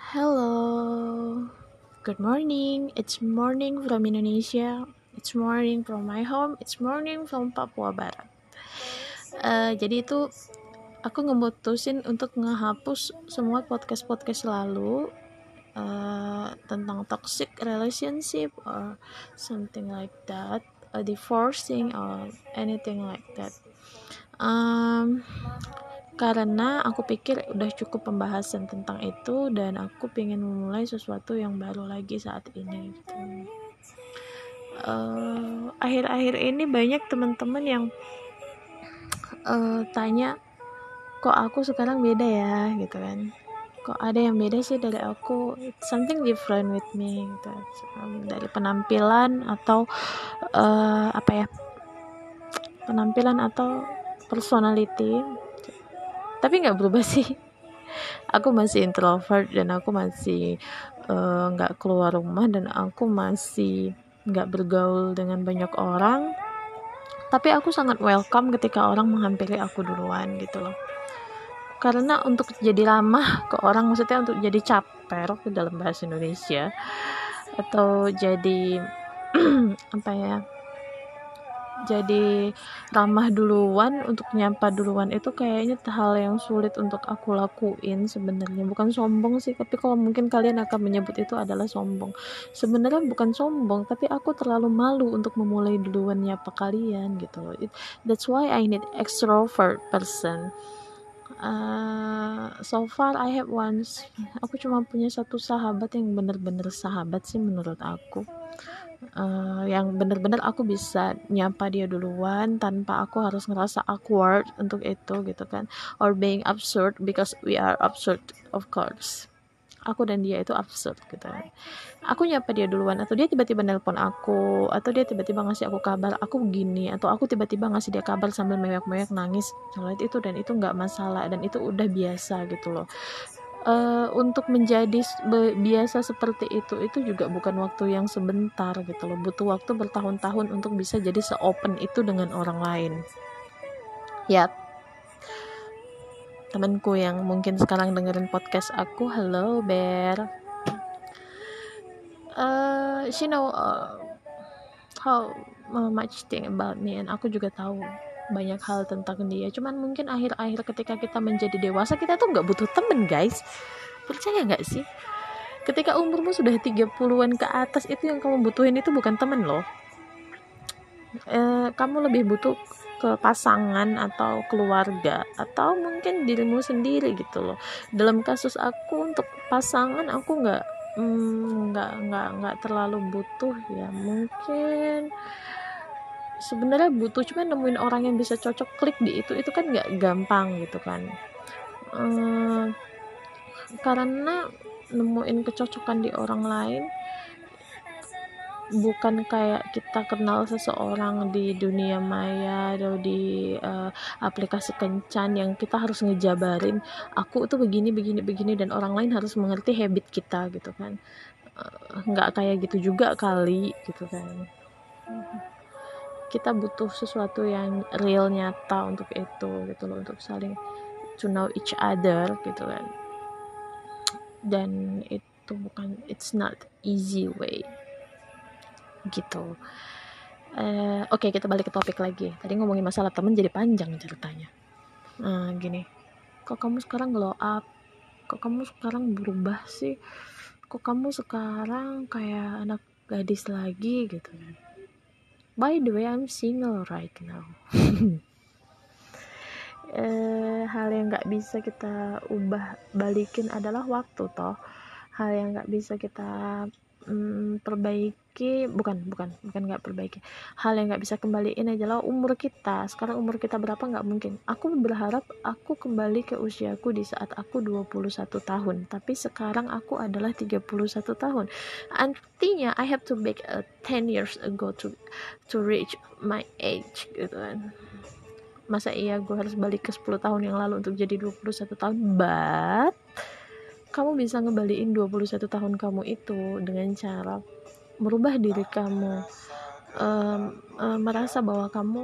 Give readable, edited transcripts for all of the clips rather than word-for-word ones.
Hello, good morning. It's morning from Indonesia. It's morning from my home. It's morning from Papua Barat. Jadi itu aku ngemutusin untuk ngehapus semua podcast lalu tentang toxic relationship or something like that, divorcing or anything like that. Karena aku pikir udah cukup pembahasan tentang itu dan aku pengen memulai sesuatu yang baru lagi saat ini gitu. Akhir-akhir ini banyak teman-teman yang tanya, kok aku sekarang beda ya gitu kan, kok ada yang beda sih dari aku, it's something different with me gitu. Dari penampilan atau penampilan atau personality, tapi nggak berubah sih. Aku masih introvert dan aku masih nggak keluar rumah dan aku masih nggak bergaul dengan banyak orang, tapi aku sangat welcome ketika orang menghampiri aku duluan gitu loh. Karena untuk jadi ramah ke orang, maksudnya untuk jadi caper dalam bahasa Indonesia, atau jadi jadi ramah duluan, untuk nyapa duluan, itu kayaknya hal yang sulit untuk aku lakuin sebenarnya. Bukan sombong sih, tapi kalau mungkin kalian akan menyebut itu adalah sombong, sebenarnya bukan sombong, tapi aku terlalu malu untuk memulai duluan nyapa kalian gitu loh. That's why I need extrovert person. So far I have aku cuma punya satu sahabat yang bener-bener sahabat sih menurut aku, yang bener-bener aku bisa nyapa dia duluan tanpa aku harus ngerasa awkward untuk itu gitu kan, or being absurd, because we are absurd of course. Aku dan dia itu absurd gitu kan. Aku nyapa dia duluan, atau dia tiba-tiba nelpon aku, atau dia tiba-tiba ngasih aku kabar aku begini, atau aku tiba-tiba ngasih dia kabar sambil mewek-mewek nangis, itu dan itu nggak masalah dan itu udah biasa gitu loh. Untuk menjadi biasa seperti itu juga bukan waktu yang sebentar gitu loh, butuh waktu bertahun-tahun untuk bisa jadi se-open itu dengan orang lain ya. Temanku yang mungkin sekarang dengerin podcast aku, hello Bear, she know how much thing about me, and aku juga tahu banyak hal tentang dia. Cuman mungkin akhir-akhir ketika kita menjadi dewasa, kita tuh nggak butuh temen guys, percaya nggak sih? Ketika umurmu sudah 30-an ke atas, itu yang kamu butuhin itu bukan temen loh. Kamu lebih butuh ke pasangan atau keluarga atau mungkin dirimu sendiri gitu loh. Dalam kasus aku, untuk pasangan aku nggak terlalu butuh ya. Mungkin sebenarnya butuh, cuma nemuin orang yang bisa cocok klik di itu kan nggak gampang gitu kan. Karena nemuin kecocokan di orang lain bukan kayak kita kenal seseorang di dunia maya atau di aplikasi kencan yang kita harus ngejabarin aku tuh begini dan orang lain harus mengerti habit kita gitu kan. Nggak kayak gitu juga kali gitu kan. Kita butuh sesuatu yang real, nyata untuk itu gitu loh, untuk saling to know each other gitu kan. Dan itu it's not easy way gitu. Oke, kita balik ke topik lagi. Tadi ngomongin masalah temen jadi panjang ceritanya. Gini, kok kamu sekarang glow up, kok kamu sekarang berubah sih, kok kamu sekarang kayak anak gadis lagi gitu kan. By the way, I'm single right now. Hal yang gak bisa kita ubah balikin adalah waktu toh. Hal yang gak bisa kita perbaiki, bukan nggak perbaiki, hal yang nggak bisa kembaliin adalah umur kita. Sekarang umur kita berapa nggak mungkin. Aku berharap aku kembali ke usiaku di saat aku 21 tahun, tapi sekarang aku adalah 31 tahun. Artinya I have to back 10 years ago to reach my age gitu kan. Masa iya gue harus balik ke 10 tahun yang lalu untuk jadi 21 tahun? But kamu bisa ngebalikin 21 tahun kamu itu dengan cara merubah diri kamu, merasa bahwa kamu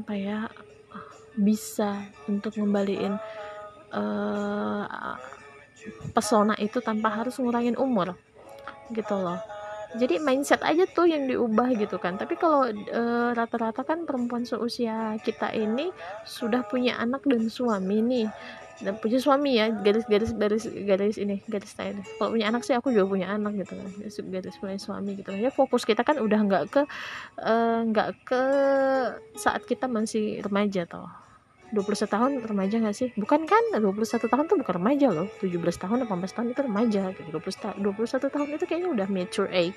bisa untuk ngembaliin pesona itu tanpa harus ngurangin umur gitu loh. Jadi mindset aja tuh yang diubah gitu kan. Tapi kalau rata-rata kan perempuan seusia kita ini sudah punya anak dan suami nih, dan punya suami ya, garis ini, garis tadi. Kalau punya anak sih aku juga punya anak gitu kan, garis punya suami gitu kan. Ya fokus kita kan udah nggak ke saat kita masih remaja toh. 21 tahun remaja gak sih? Bukan kan, 21 tahun tuh bukan remaja loh. 17 tahun, 18 tahun itu remaja gitu. 21 tahun itu kayaknya udah mature age.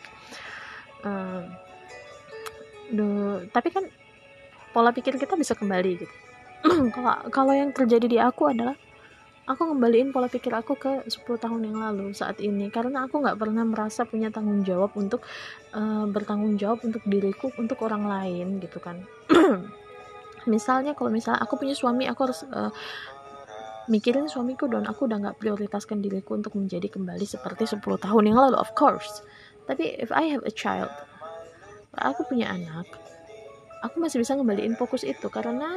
Tapi kan pola pikir kita bisa kembali gitu. Kalau yang terjadi di aku adalah aku ngembaliin pola pikir aku ke 10 tahun yang lalu saat ini, karena aku nggak pernah merasa punya tanggung jawab untuk bertanggung jawab untuk diriku, untuk orang lain gitu kan. Misalnya kalau aku punya suami, aku harus mikirin suamiku, dan aku udah nggak prioritaskan diriku untuk menjadi kembali seperti 10 tahun yang lalu, of course. Tapi if I have a child, aku punya anak, aku masih bisa ngembaliin fokus itu, karena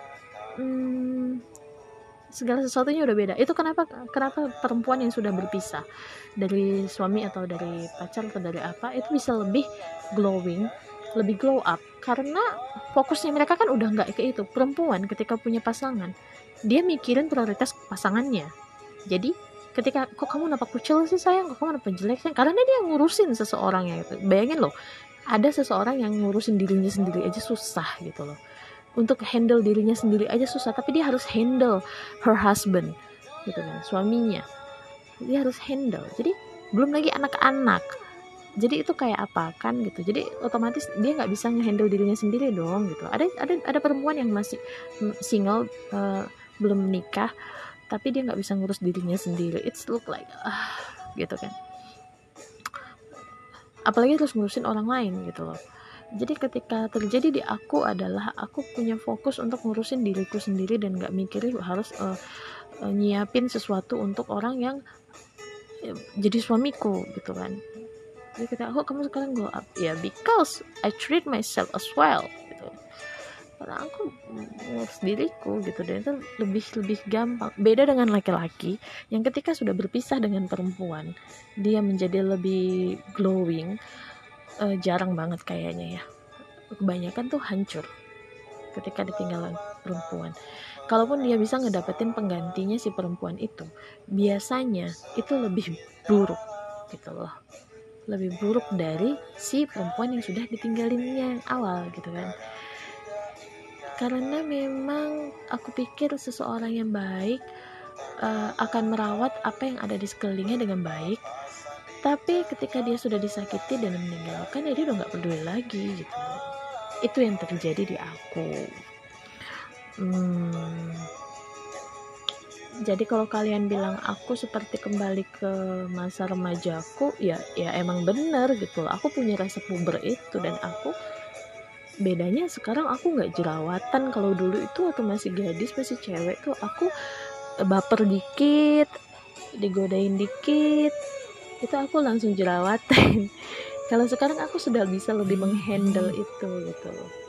segala sesuatunya udah beda. Itu kenapa perempuan yang sudah berpisah dari suami atau dari pacar atau dari apa, itu bisa lebih glowing, lebih glow up, karena fokusnya mereka kan udah nggak ke itu. Perempuan ketika punya pasangan, dia mikirin prioritas pasangannya. Jadi ketika, kok kamu nampak kucil sih sayang, kok kamu nampak jelek sih, karena dia ngurusin seseorang ya gitu. Bayangin loh, ada seseorang yang ngurusin dirinya sendiri aja susah gitu loh, untuk handle dirinya sendiri aja susah, tapi dia harus handle her husband gitu kan, suaminya dia harus handle. Jadi belum lagi anak-anak, jadi itu kayak apa kan gitu. Jadi otomatis dia nggak bisa ngehandle dirinya sendiri dong gitu. Ada perempuan yang masih single, belum menikah, tapi dia nggak bisa ngurus dirinya sendiri. It's look like gitu kan, apalagi terus ngurusin orang lain gitu loh. Jadi ketika terjadi di aku adalah aku punya fokus untuk ngurusin diriku sendiri dan nggak mikirin harus nyiapin sesuatu untuk orang yang jadi suamiku gitu kan. Jadi ketika kamu sekarang go up, ya because I treat myself as well gitu, karena aku ngurus diriku gitu. Dan itu lebih gampang. Beda dengan laki-laki yang ketika sudah berpisah dengan perempuan, dia menjadi lebih glowing. Jarang banget kayaknya ya, kebanyakan tuh hancur ketika ditinggalan perempuan. Kalaupun dia bisa ngedapetin penggantinya si perempuan itu, biasanya itu lebih buruk gitu loh, lebih buruk dari si perempuan yang sudah ditinggalinnya awal gitu kan. Karena memang aku pikir seseorang yang baik akan merawat apa yang ada di sekelilingnya dengan baik. Tapi ketika dia sudah disakiti dan meninggalkan, ya dia udah gak peduli lagi gitu. Itu yang terjadi di aku. Jadi kalau kalian bilang aku seperti kembali ke masa remajaku, ya emang bener gitu. Aku punya rasa puber itu, dan aku bedanya sekarang aku nggak jerawatan. Kalau dulu itu waktu masih gadis, masih cewek tuh aku baper dikit, digodain dikit, itu aku langsung jerawatan. Kalau sekarang aku sudah bisa lebih menghandle itu gitu.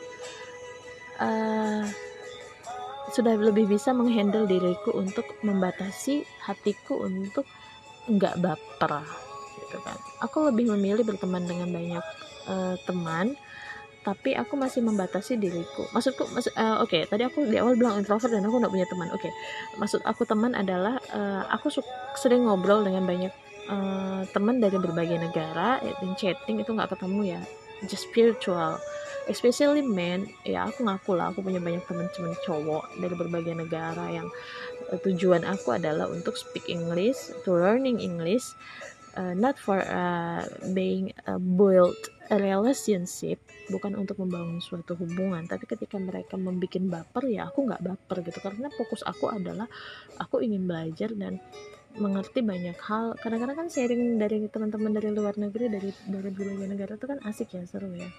Sudah lebih bisa menghandle diriku untuk membatasi hatiku untuk nggak baper gitu kan. Aku lebih memilih berteman dengan banyak teman, tapi aku masih membatasi diriku. Maksudku oke, tadi aku di awal bilang introvert dan aku nggak punya teman. Oke, maksud aku teman adalah aku sering ngobrol dengan banyak teman dari berbagai negara, dan chatting itu nggak ketemu ya, just virtual. Especially men, ya aku ngaku lah, aku punya banyak teman-teman cowok dari berbagai negara yang tujuan aku adalah untuk speak English, to learning English, not for being build a relationship, bukan untuk membangun suatu hubungan. Tapi ketika mereka membuat baper, ya aku nggak baper gitu, karena fokus aku adalah aku ingin belajar dan mengerti banyak hal. Kadang-kadang kan sharing dari teman-teman dari luar negeri, dari berbagai negara itu kan asik ya, seru ya.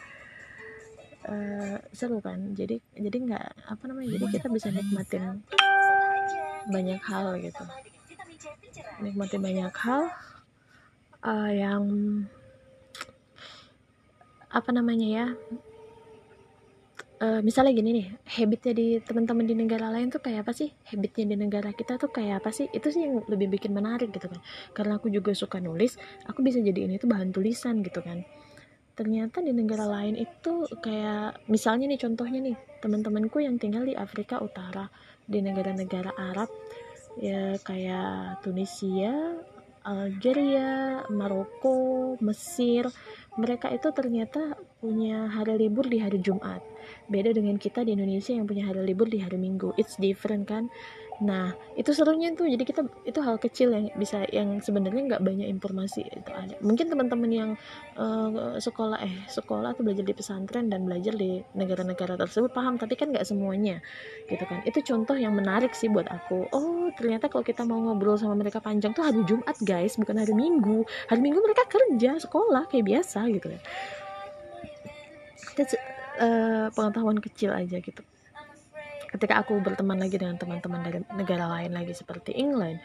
Seru kan, jadi nggak jadi kita bisa nikmatin banyak hal gitu, nikmatin banyak hal yang misalnya gini nih, habitnya di teman-teman di negara lain tuh kayak apa sih, habitnya di negara kita tuh kayak apa sih, itu sih yang lebih bikin menarik gitu kan. Karena aku juga suka nulis, aku bisa jadiin itu bahan tulisan gitu kan. Ternyata di negara lain itu kayak misalnya nih, contohnya nih, teman-temanku yang tinggal di Afrika Utara, di negara-negara Arab ya, kayak Tunisia, Algeria, Maroko, Mesir, mereka itu ternyata punya hari libur di hari Jumat. Beda dengan kita di Indonesia yang punya hari libur di hari Minggu. It's different kan? Nah, itu serunya tuh. Jadi kita, itu hal kecil yang bisa, yang sebenarnya nggak banyak informasi itu ada. Mungkin teman-teman yang sekolah atau belajar di pesantren dan belajar di negara-negara tersebut paham, tapi kan nggak semuanya gitu kan. Itu contoh yang menarik sih buat aku. Oh, ternyata kalau kita mau ngobrol sama mereka panjang tuh hari Jumat guys, bukan hari Minggu. Hari Minggu mereka kerja, sekolah kayak biasa gitu ya. Itu pengetahuan kecil aja gitu. Ketika aku berteman lagi dengan teman-teman dari negara lain lagi seperti England,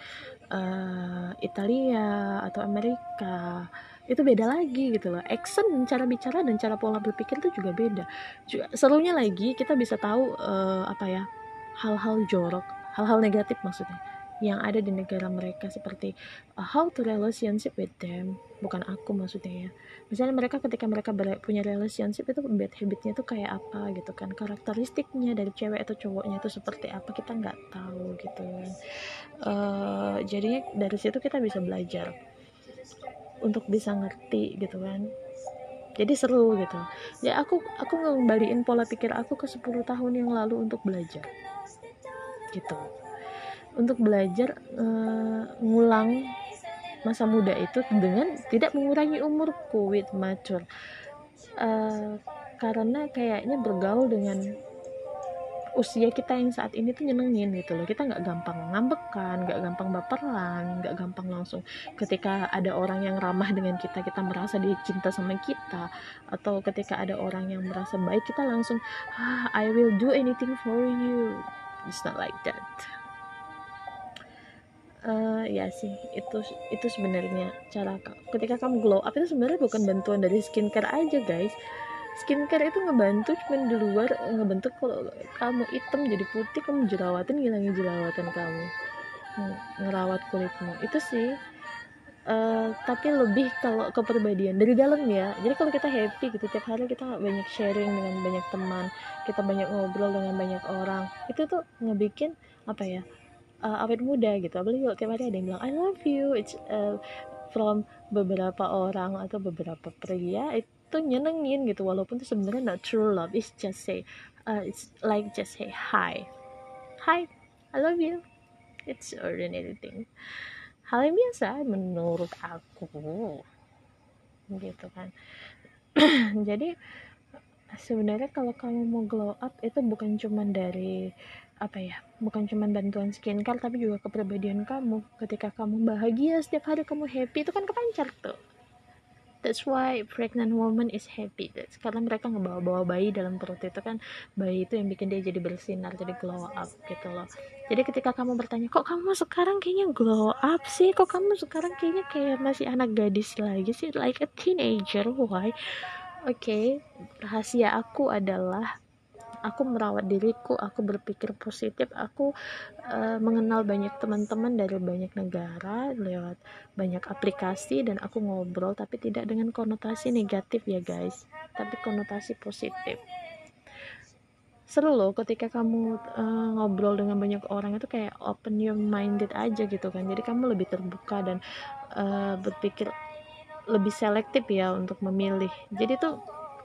Italia atau Amerika, itu beda lagi gitu loh. Accent, cara bicara dan cara pola berpikir itu juga beda. Juga serunya lagi kita bisa tahu hal-hal jorok, hal-hal negatif maksudnya, yang ada di negara mereka, seperti how to relationship with them. Bukan aku maksudnya ya. Misalnya mereka ketika mereka punya relationship itu bad habitnya tuh kayak apa gitu kan, karakteristiknya dari cewek atau cowoknya itu seperti apa, kita nggak tahu gitu kan. Jadinya dari situ kita bisa belajar untuk bisa ngerti gitu kan. Jadi seru gitu. Ya aku ngembaliin pola pikir aku ke 10 tahun yang lalu untuk belajar gitu, untuk belajar ngulang masa muda itu dengan tidak mengurangi umurku with mature, karena kayaknya bergaul dengan usia kita yang saat ini tuh nyenengin gitu loh. Kita nggak gampang ngambekan, nggak gampang baperan, nggak gampang langsung ketika ada orang yang ramah dengan kita merasa dia cinta sama kita, atau ketika ada orang yang merasa baik kita langsung I will do anything for you. It's not like that. Ya sih, itu sebenarnya cara ketika kamu glow up itu sebenarnya bukan bantuan dari skincare aja guys. Skincare itu ngebantu cuman di luar, ngebentuk kalau kamu hitam jadi putih, kamu jerawatan, ngilangin jerawatan kamu, ngerawat kulitmu itu sih. Tapi lebih kalau kepribadian dari dalam ya. Jadi kalau kita happy gitu, tiap hari kita banyak sharing dengan banyak teman, kita banyak ngobrol dengan banyak orang, itu tuh ngebikin awet muda gitu. Apalagi kalau tiap hari ada yang bilang I love you, it's from beberapa orang atau beberapa pria, itu nyenengin gitu, walaupun itu sebenarnya not true love, it's it's like just say hi, I love you, it's ordinary thing, hal yang biasa menurut aku gitu kan. Jadi sebenarnya kalau kamu mau glow up itu bukan cuma dari bukan cuma bantuan skincare, tapi juga kepribadian kamu. Ketika kamu bahagia setiap hari, kamu happy, itu kan kepancar tuh. That's why pregnant woman is happy. That's karena mereka ngebawa bayi dalam perut itu kan, bayi itu yang bikin dia jadi bersinar, jadi glow up gitu loh. Jadi ketika kamu bertanya, kok kamu sekarang kayaknya glow up sih, kok kamu sekarang kayaknya kayak masih anak gadis lagi sih, like a teenager, why? Oke, rahasia aku adalah aku merawat diriku, aku berpikir positif, aku mengenal banyak teman-teman dari banyak negara lewat banyak aplikasi, dan aku ngobrol tapi tidak dengan konotasi negatif ya guys, tapi konotasi positif. Seru loh ketika kamu ngobrol dengan banyak orang, itu kayak open your minded aja gitu kan. Jadi kamu lebih terbuka dan berpikir lebih selektif ya untuk memilih. Jadi tuh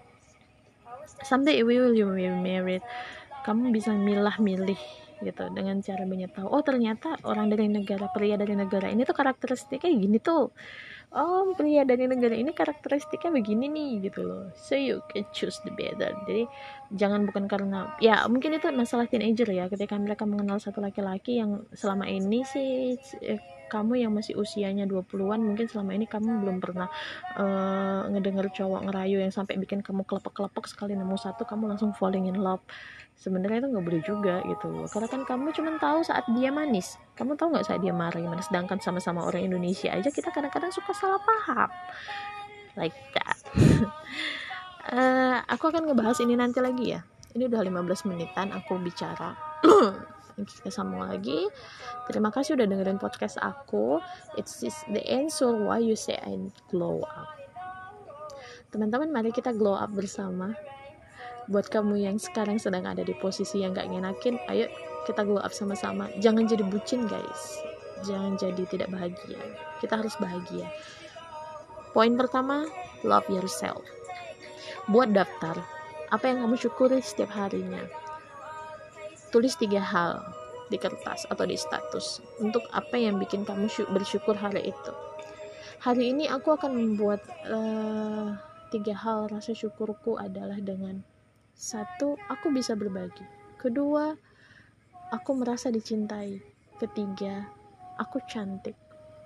someday we will be married, kamu bisa milah-milih gitu dengan cara banyak tahu, oh ternyata orang dari negara, pria dari negara ini tuh karakteristiknya gini tuh, oh pria dari negara ini karakteristiknya begini nih gitu loh, so you can choose the better. Jadi jangan, bukan karena ya mungkin itu masalah teenager ya, ketika mereka mengenal satu laki-laki yang selama ini sih kamu yang masih usianya 20-an, mungkin selama ini kamu belum pernah ngedenger cowok ngerayu yang sampai bikin kamu kelepek-kelepek, sekali nemu satu kamu langsung falling in love. Sebenarnya itu nggak boleh juga gitu loh, karena kan kamu cuma tahu saat dia manis, kamu tahu nggak saat dia marah gimana. Sedangkan sama-sama orang Indonesia aja kita kadang-kadang suka salah paham like that. Aku akan ngebahas ini nanti lagi ya, Ini udah 15 menitan aku bicara. Kita sambung lagi. Terima kasih udah dengerin podcast aku. It's the answer why you say I glow up. Teman-teman, mari kita glow up bersama. Buat kamu yang sekarang sedang ada di posisi yang gak ngenakin, ayo kita glow up sama-sama. Jangan jadi bucin guys, jangan jadi tidak bahagia. Kita harus bahagia. Poin pertama, love yourself. Buat daftar apa yang kamu syukuri setiap harinya. Tulis 3 hal di kertas atau di status untuk apa yang bikin kamu bersyukur hari itu. Hari ini aku akan membuat 3 hal rasa syukurku adalah dengan 1, aku bisa berbagi. 2, aku merasa dicintai. 3, aku cantik.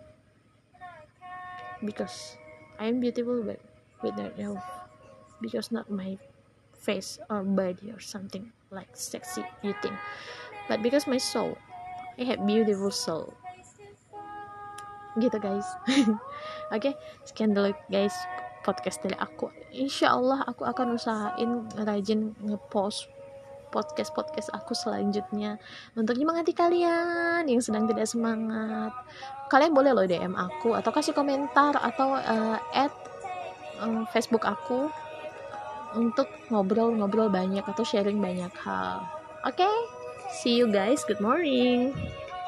Because I am beautiful but without love. Because not my face or body or something like sexy you think. But because my soul, I have beautiful soul. Gitu guys. Oke, sekian dulu guys podcast dari aku. Insya Allah aku akan usahain rajin ngepost podcast aku selanjutnya untuk menyemangati kalian yang sedang tidak semangat. Kalian boleh loh DM aku atau kasih komentar atau add Facebook aku untuk ngobrol-ngobrol banyak atau sharing banyak hal. Oke, see you guys, good morning.